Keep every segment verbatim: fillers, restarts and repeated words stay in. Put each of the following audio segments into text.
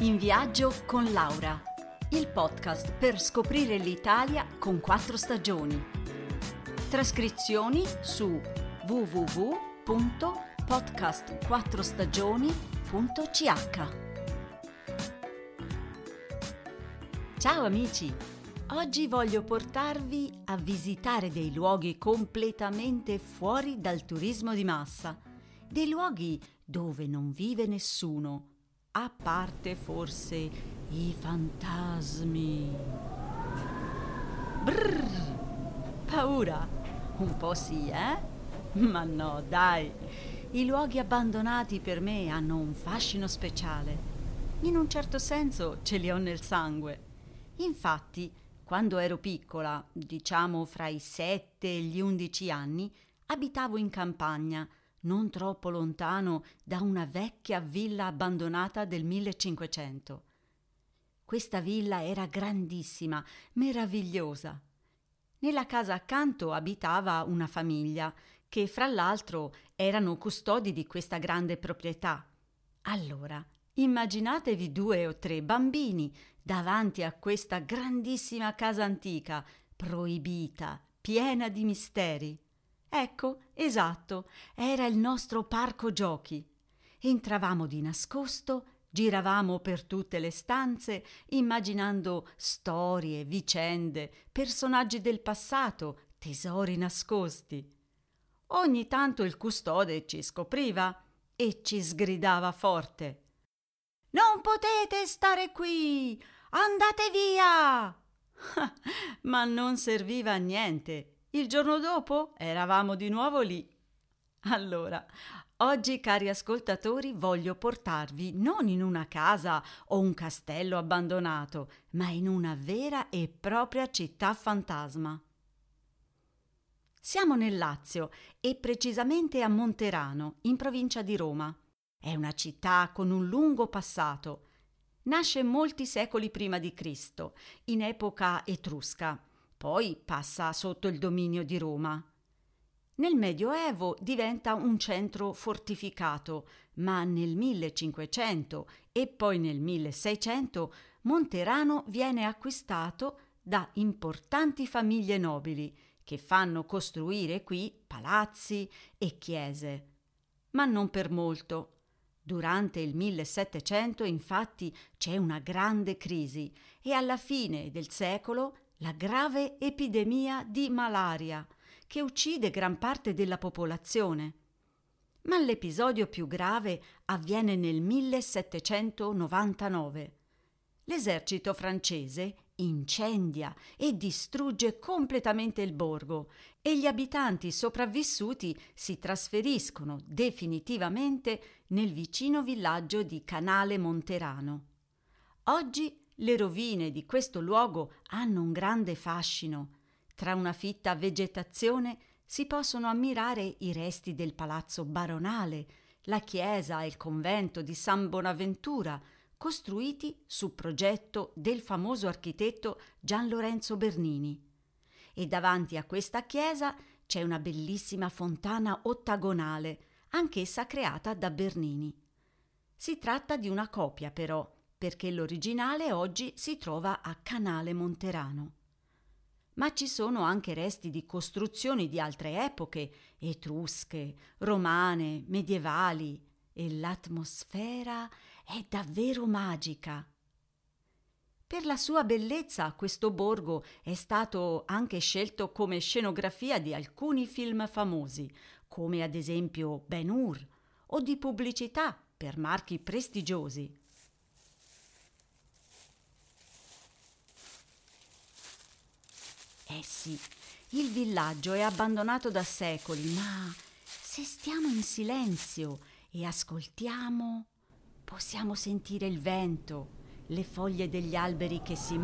In viaggio con Laura, il podcast per scoprire l'Italia con quattro stagioni. Trascrizioni su w w w punto podcast quattro stagioni punto c h. Ciao amici! Oggi voglio portarvi a visitare dei luoghi completamente fuori dal turismo di massa, dei luoghi dove non vive nessuno, a parte forse i fantasmi. Brrr, paura? Un po' sì, eh? Ma no, dai, i luoghi abbandonati per me hanno un fascino speciale. In un certo senso ce li ho nel sangue. Infatti, quando ero piccola, diciamo fra i sette e gli undici anni, abitavo in campagna, non troppo lontano da una vecchia villa abbandonata del millecinquecento. Questa villa era grandissima, meravigliosa. Nella casa accanto abitava una famiglia che, fra l'altro, erano custodi di questa grande proprietà. Allora, immaginatevi due o tre bambini davanti a questa grandissima casa antica, proibita, piena di misteri. Ecco, esatto, era il nostro parco giochi. Entravamo di nascosto, giravamo per tutte le stanze, immaginando storie, vicende, personaggi del passato, tesori nascosti. Ogni tanto il custode ci scopriva e ci sgridava forte: «Non potete stare qui! Andate via!» Ma non serviva a niente. Il giorno dopo eravamo di nuovo lì. Allora, oggi, cari ascoltatori, voglio portarvi non in una casa o un castello abbandonato, ma in una vera e propria città fantasma. Siamo nel Lazio e precisamente a Monterano, in provincia di Roma. È una città con un lungo passato. Nasce molti secoli prima di Cristo, in epoca etrusca. Poi passa sotto il dominio di Roma. Nel Medioevo diventa un centro fortificato, ma nel millecinquecento e poi nel milleseicento Monterano viene acquistato da importanti famiglie nobili che fanno costruire qui palazzi e chiese. Ma non per molto. Durante il millesettecento, infatti, c'è una grande crisi e alla fine del secolo la grave epidemia di malaria che uccide gran parte della popolazione. Ma l'episodio più grave avviene nel millesettecentonovantanove. L'esercito francese incendia e distrugge completamente il borgo e gli abitanti sopravvissuti si trasferiscono definitivamente nel vicino villaggio di Canale Monterano. Oggi le rovine di questo luogo hanno un grande fascino. Tra una fitta vegetazione si possono ammirare i resti del palazzo baronale, la chiesa e il convento di San Bonaventura, costruiti su progetto del famoso architetto Gian Lorenzo Bernini. E davanti a questa chiesa c'è una bellissima fontana ottagonale, anch'essa creata da Bernini. Si tratta di una copia, però, perché l'originale oggi si trova a Canale Monterano. Ma ci sono anche resti di costruzioni di altre epoche, etrusche, romane, medievali, e l'atmosfera è davvero magica. Per la sua bellezza, questo borgo è stato anche scelto come scenografia di alcuni film famosi, come ad esempio Ben-Hur, o di pubblicità per marchi prestigiosi. Eh sì, il villaggio è abbandonato da secoli, ma se stiamo in silenzio e ascoltiamo, possiamo sentire il vento, le foglie degli alberi che si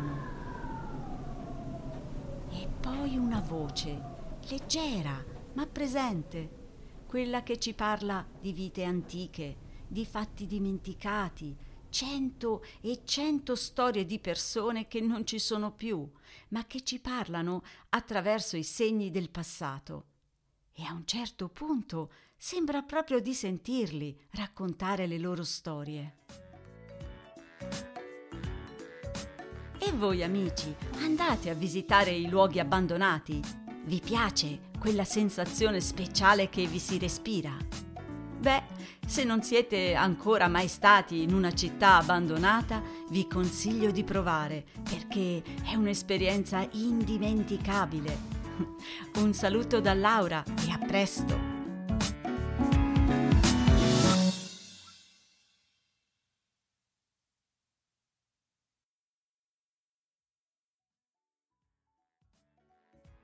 muovono. E poi una voce, leggera ma presente, quella che ci parla di vite antiche, di fatti dimenticati, cento e cento storie di persone che non ci sono più, ma che ci parlano attraverso i segni del passato. E a un certo punto sembra proprio di sentirli raccontare le loro storie. voi amici, andate a visitare i luoghi abbandonati. Vi piace quella sensazione speciale che vi si respira? Beh, se non siete ancora mai stati in una città abbandonata, vi consiglio di provare, perché è un'esperienza indimenticabile. Un saluto da Laura e a presto!